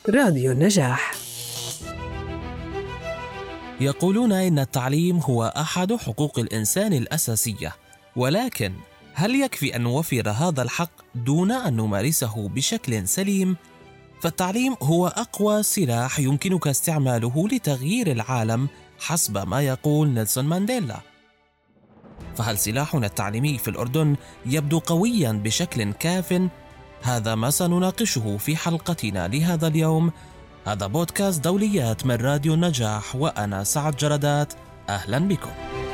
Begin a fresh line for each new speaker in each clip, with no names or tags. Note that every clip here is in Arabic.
راديو النجاح.
يقولون إن التعليم هو أحد حقوق الإنسان الأساسية، ولكن هل يكفي أن نوفر هذا الحق دون أن نمارسه بشكل سليم؟ فالتعليم هو أقوى سلاح يمكنك استعماله لتغيير العالم حسب ما يقول نيلسون مانديلا. فهل سلاحنا التعليمي في الأردن يبدو قوياً بشكل كاف؟ هذا ما سنناقشه في حلقتنا لهذا اليوم. هذا بودكاست دوليات من راديو النجاح، وأنا سعد جردات. أهلا بكم.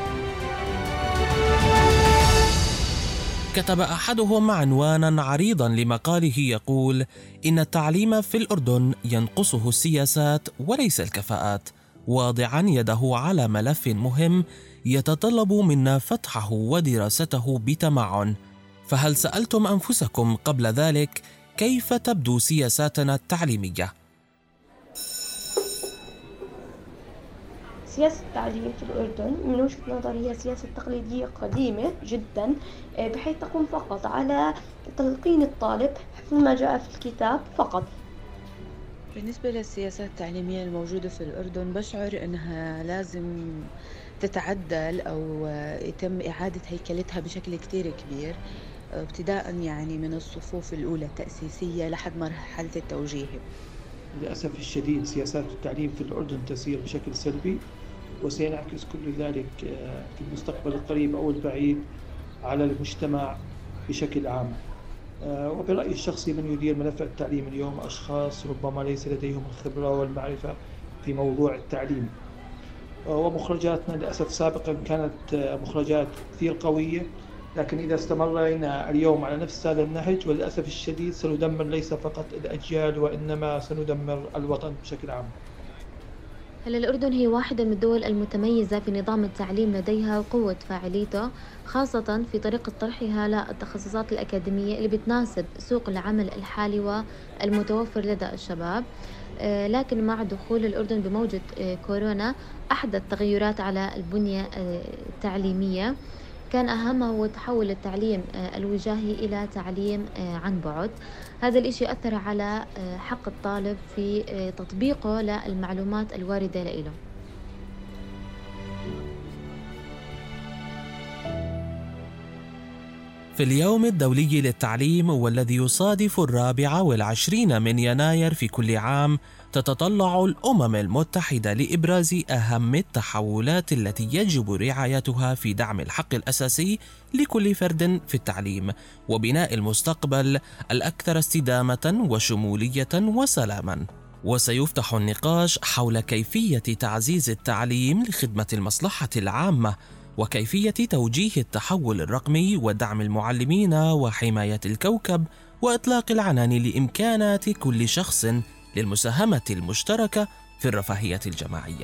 كتب أحدهم عنوانا عريضا لمقاله يقول إن التعليم في الأردن ينقصه السياسات وليس الكفاءات، واضعا يده على ملف مهم يتطلب منا فتحه ودراسته بتمعن. فهل سألتم أنفسكم قبل ذلك كيف تبدو سياساتنا التعليمية؟
سياسة التعليم في الأردن من وجهة نظري هي سياسة تقليدية قديمة جدا، بحيث تقوم فقط على تلقين الطالب حفظ ما جاء في الكتاب فقط.
بالنسبة للسياسات التعليمية الموجودة في الأردن بشعر أنها لازم تتعدل أو يتم إعادة هيكلتها بشكل كتير كبير، ابتداء يعني من الصفوف الأولى التأسيسية لحد مرحلة التوجيهي.
للأسف الشديد سياسات التعليم في الأردن تسير بشكل سلبي، وسينعكس كل ذلك في المستقبل القريب أو البعيد على المجتمع بشكل عام. وبرأيي الشخصي من يدير ملف التعليم اليوم أشخاص ربما ليس لديهم الخبرة والمعرفة في موضوع التعليم، ومخرجاتنا للأسف سابقا كانت مخرجات كثير قوية، لكن إذا استمرنا اليوم على نفس هذا النهج وللأسف الشديد سندمر ليس فقط الأجيال وإنما سندمر الوطن بشكل عام.
هلا الأردن هي واحدة من الدول المتميزة في نظام التعليم، لديها قوة فاعليته خاصة في طريقة طرحها للتخصصات الأكاديمية اللي بتناسب سوق العمل الحالي والمتوفر لدى الشباب. لكن مع دخول الأردن بموجة كورونا أحدث تغيرات على البنية التعليمية، كان أهمها هو تحول التعليم الوجاهي إلى تعليم عن بعد. هذا الإشي أثر على حق الطالب في تطبيقه للمعلومات الواردة له.
في اليوم الدولي للتعليم والذي يصادف 24 من يناير في كل عام، تتطلع الأمم المتحدة لإبراز أهم التحولات التي يجب رعايتها في دعم الحق الأساسي لكل فرد في التعليم وبناء المستقبل الأكثر استدامة وشمولية وسلاما. وسيفتح النقاش حول كيفية تعزيز التعليم لخدمة المصلحة العامة، وكيفية توجيه التحول الرقمي ودعم المعلمين وحماية الكوكب وإطلاق العنان لإمكانات كل شخص للمساهمة المشتركة في الرفاهية الجماعية.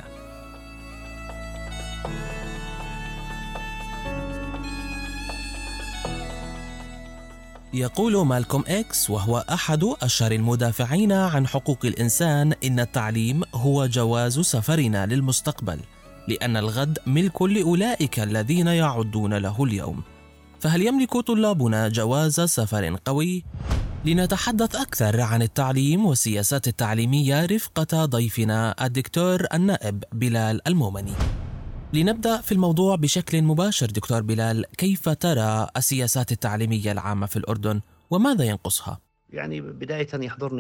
يقول مالكوم إكس، وهو أحد أشهر المدافعين عن حقوق الإنسان، إن التعليم هو جواز سفرنا للمستقبل، لأن الغد ملك لأولئك الذين يعدون له اليوم. فهل يملك طلابنا جواز سفر قوي؟ لنتحدث أكثر عن التعليم والسياسات التعليمية رفقة ضيفنا الدكتور النائب بلال المومني. لنبدأ في الموضوع بشكل مباشر. دكتور بلال، كيف ترى السياسات التعليمية العامة في الأردن وماذا ينقصها؟
يعني بداية يحضرني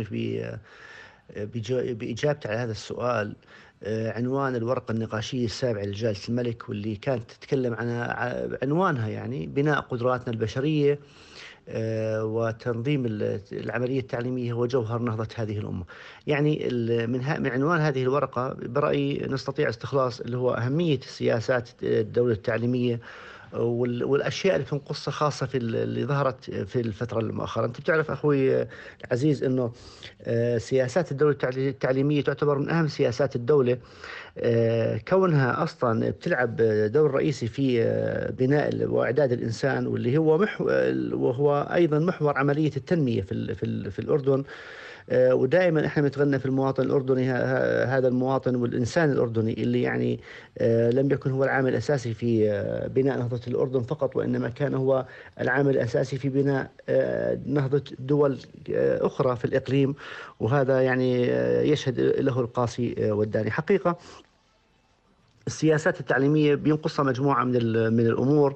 بإجابتي على هذا السؤال عنوان الورقة النقاشية السابعة لجلالة الملك، واللي كانت تتكلم عن عنوانها يعني بناء قدراتنا البشرية وتنظيم العملية التعليمية هو جوهر نهضة هذه الأمة. يعني من عنوان هذه الورقة برأيي نستطيع استخلاص اللي هو أهمية السياسات الدولة التعليمية والأشياء اللي تنقصها، خاصة في اللي ظهرت في الفترة المؤخرة. أنت بتعرف أخوي العزيز أنه سياسات الدولة التعليمية تعتبر من أهم سياسات الدولة كونها أصلا بتلعب دور رئيسي في بناء وإعداد الإنسان، واللي هو وهو أيضا محور عملية التنمية في الأردن. ودائما احنا بنتغنى في المواطن الأردني، هذا المواطن والإنسان الأردني اللي يعني لم يكن هو العامل الأساسي في بناء نهضة الأردن فقط، وإنما كان هو العامل الأساسي في بناء نهضة دول أخرى في الإقليم، وهذا يعني يشهد له القاصي والداني. حقيقة السياسات التعليمية بينقصها مجموعة من الأمور،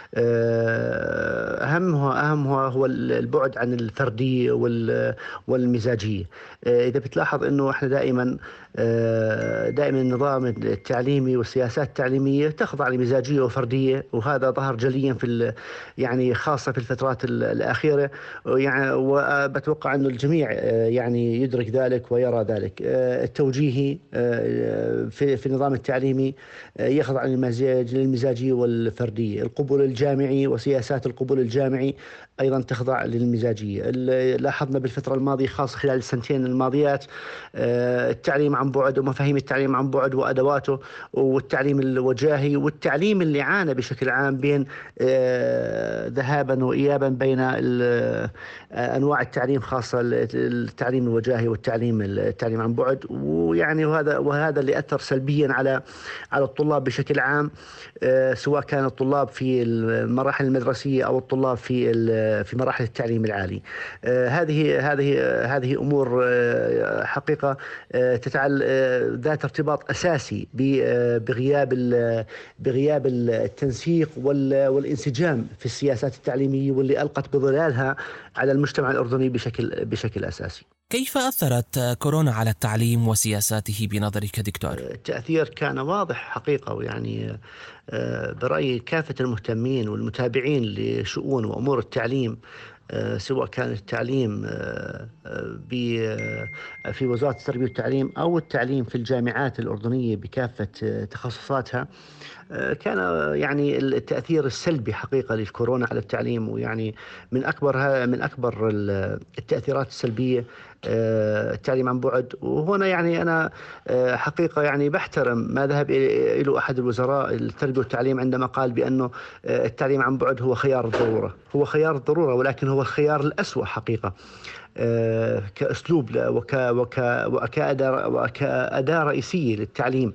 أهمها هو البعد عن الفردية والمزاجية. إذا بتلاحظ أنه إحنا دائما النظام التعليمي والسياسات التعليمية تخضع لمزاجية وفردية، وهذا ظهر جليا يعني خاصة في الفترات الأخيرة، يعني وبتوقع أنه الجميع يعني يدرك ذلك ويرى ذلك. التوجيهي في النظام التعليمي يخضع للمزاجية والفردية. القبول الجامعي وسياسات القبول الجامعي أيضا تخضع للمزاجية. لاحظنا بالفترة الماضية خاصة خلال السنتين الماضيات التعليم عن بعد ومفاهيم التعليم عن بعد وأدواته، والتعليم الوجاهي، والتعليم اللي عانى بشكل عام بين ذهابا وإيابا بين أنواع التعليم، خاصة التعليم الوجاهي والتعليم عن بعد. ويعني وهذا اللي أثر سلبيا على الطلاب بشكل عام، سواء كان الطلاب في المراحل المدرسية أو الطلاب في مراحل التعليم العالي. هذه أمور حقيقة ذات ارتباط أساسي بغياب التنسيق والانسجام في السياسات التعليمية، واللي ألقت بظلالها على المجتمع الأردني بشكل أساسي.
كيف أثرت كورونا على التعليم وسياساته بنظرك دكتور؟
التأثير كان واضح حقيقة، ويعني برأيي كافة المهتمين والمتابعين لشؤون وأمور التعليم، سواء كان التعليم في وزارة التربية والتعليم أو التعليم في الجامعات الأردنية بكافة تخصصاتها، كان يعني التأثير السلبي حقيقة للكورونا على التعليم. ويعني من أكبر التأثيرات السلبية التعليم عن بعد. وهنا يعني أنا حقيقة يعني بحترم ما ذهب إلى أحد الوزراء التربية والتعليم عندما قال بأنه التعليم عن بعد هو خيار الضرورة. هو خيار الضرورة، ولكن هو الخيار الأسوأ حقيقة كأسلوب وكأداة رئيسية للتعليم.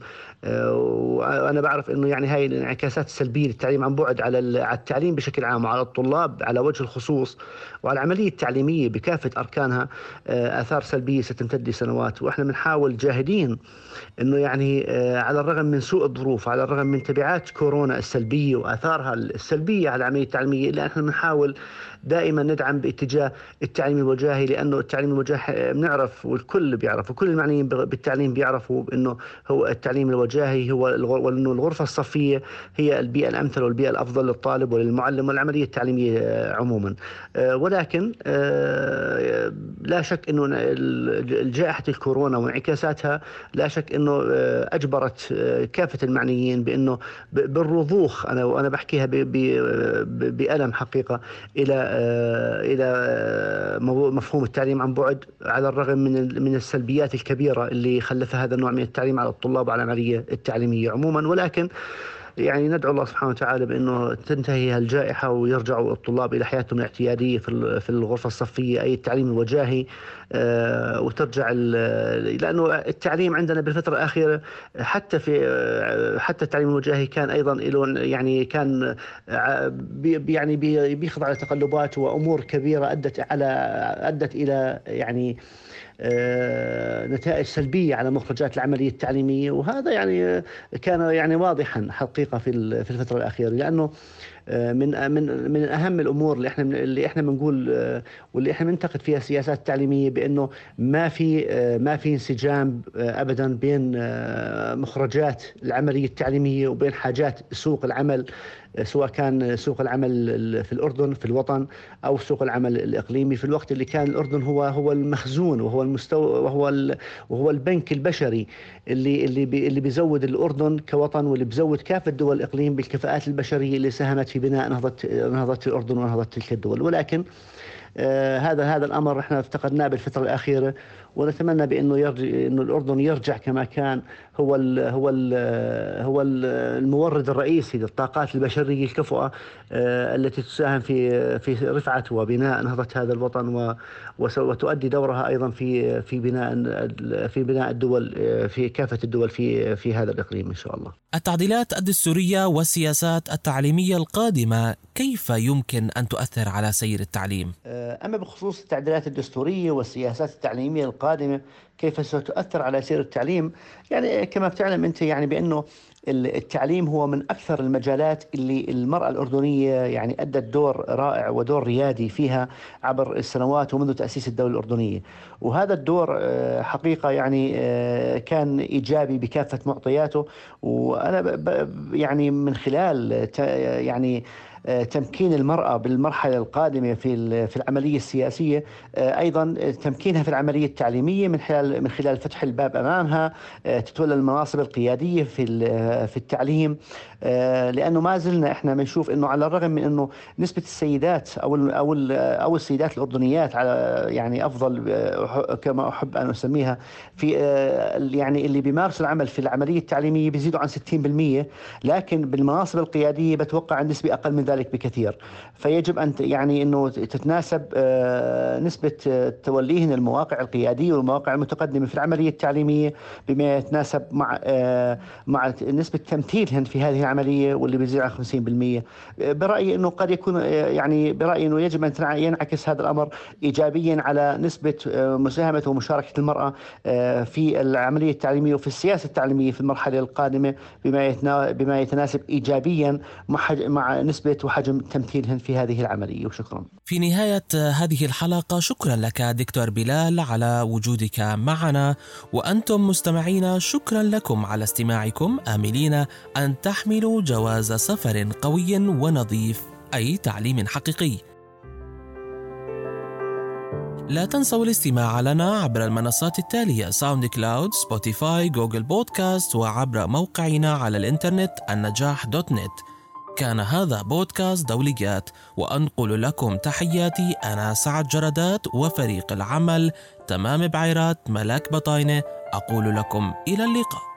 وأنا بعرف أنه يعني هاي الانعكاسات السلبية للتعليم عن بعد على التعليم بشكل عام وعلى الطلاب على وجه الخصوص وعلى العملية التعليمية بكافة أركانها آثار سلبية ستمتد لسنوات. وإحنا بنحاول جاهدين أنه يعني على الرغم من سوء الظروف، على الرغم من تبعات كورونا السلبية وآثارها السلبية على العملية التعليمية، إلا إحنا بنحاول دائما ندعم باتجاه التعليم الوجاهي، لأنه التعليم الوجاهي بنعرف والكل بيعرف وكل المعنيين بالتعليم بيعرفوا أنه هو التعليم الوجاهي وأنه الغرفة الصفية هي البيئة الأمثل والبيئة الأفضل للطالب وللمعلم والعملية التعليمية عموما. ولكن لا شك أنه جائحة الكورونا وانعكاساتها لا شك أنه أجبرت كافة المعنيين بأنه بالرضوخ، أنا بحكيها بألم حقيقة، إلى مفهوم التعليم عن بعد، على الرغم من السلبيات الكبيرة اللي خلفها هذا النوع من التعليم على الطلاب وعلى العملية التعليمية عموما. ولكن يعني ندعو الله سبحانه وتعالى بأنه تنتهي هالجائحة ويرجعوا الطلاب إلى حياتهم الاعتيادية في الغرفة الصفية، أي التعليم الوجاهي، وترجع لأنه التعليم عندنا بالفترة الأخيرة حتى التعليم الوجاهي كان أيضا يعني كان يعني بيخضع على تقلبات وأمور كبيرة أدت إلى يعني نتائج سلبية على مخرجات العملية التعليمية. وهذا يعني كان يعني واضحا حقيقة في الفترة الأخيرة، لأنه من أهم الأمور اللي احنا بنقول واللي احنا بننتقد فيها السياسات التعليمية، بأنه ما في انسجام أبدا بين مخرجات العملية التعليمية وبين حاجات سوق العمل، سواء كان سوق العمل في الأردن في الوطن أو سوق العمل الإقليمي، في الوقت اللي كان الأردن هو المخزون وهو المستوى وهو البنك البشري اللي بيزود الأردن كوطن، واللي بيزود كافة دول الإقليم بالكفاءات البشرية اللي ساهمت في بناء نهضة الأردن ونهضة تلك الدول. ولكن هذا الأمر احنا افتقدناه بالفترة الأخيرة، ونتمنى بأنه إنه الأردن يرجع كما كان هو المورد الرئيسي للطاقات البشرية الكفؤة التي تساهم في رفعة وبناء نهضة هذا الوطن، وتؤدي دورها أيضا في بناء الدول، في كافة الدول في هذا الإقليم إن شاء الله.
التعديلات الدستورية والسياسات التعليمية القادمة كيف يمكن أن تؤثر على سير التعليم؟
أما بخصوص التعديلات الدستورية والسياسات التعليمية القادمة كيف ستؤثر على سير التعليم، يعني كما بتعلم أنت يعني بأنه التعليم هو من أكثر المجالات اللي المرأة الأردنية يعني أدت دور رائع ودور ريادي فيها عبر السنوات ومنذ تأسيس الدولة الأردنية، وهذا الدور حقيقة يعني كان إيجابي بكافة معطياته. وأنا يعني من خلال يعني تمكين المرأة بالمرحلة القادمة في العملية السياسية، أيضا تمكينها في العملية التعليمية من خلال فتح الباب أمامها تتولى المناصب القيادية في التعليم، لأنه ما زلنا إحنا بنشوف إنه على الرغم من إنه نسبة السيدات أو السيدات الأردنيات على يعني أفضل كما أحب أن أسميها في يعني اللي بيمارسوا العمل في العملية التعليمية بيزيدوا عن 60%، لكن بالمناصب القيادية بتوقع النسبة أقل من ذلك بكثير. فيجب أن يعني إنه تتناسب نسبة توليهن المواقع القيادية والمواقع المتقدمة في العملية التعليمية بما يتناسب مع نسبة تمثيلهن في هذه العملية واللي بيزيد عن 50%. برأيي إنه قد يكون يعني برأيي إنه يجب أن ينعكس هذا الأمر إيجابيا على نسبة مساهمة ومشاركة المرأة في العملية التعليمية وفي السياسة التعليمية في المرحلة القادمة بما يتناسب إيجابيا مع نسبة وحجم تمثيلهن في هذه العملية. وشكرا.
في نهاية هذه الحلقة شكرا لك دكتور بلال على وجودك معنا، وأنتم مستمعين شكرا لكم على استماعكم، آملين أن تحملوا جواز سفر قوي ونظيف أي تعليم حقيقي. لا تنسوا الاستماع لنا عبر المنصات التالية: ساوند كلاود، سبوتيفاي، جوجل بودكاست، وعبر موقعنا على الإنترنت النجاح.net. كان هذا بودكاست دوليات، وأنقل لكم تحياتي أنا سعد جردات وفريق العمل تمام بعيرات ملاك بطاينة. أقول لكم إلى اللقاء.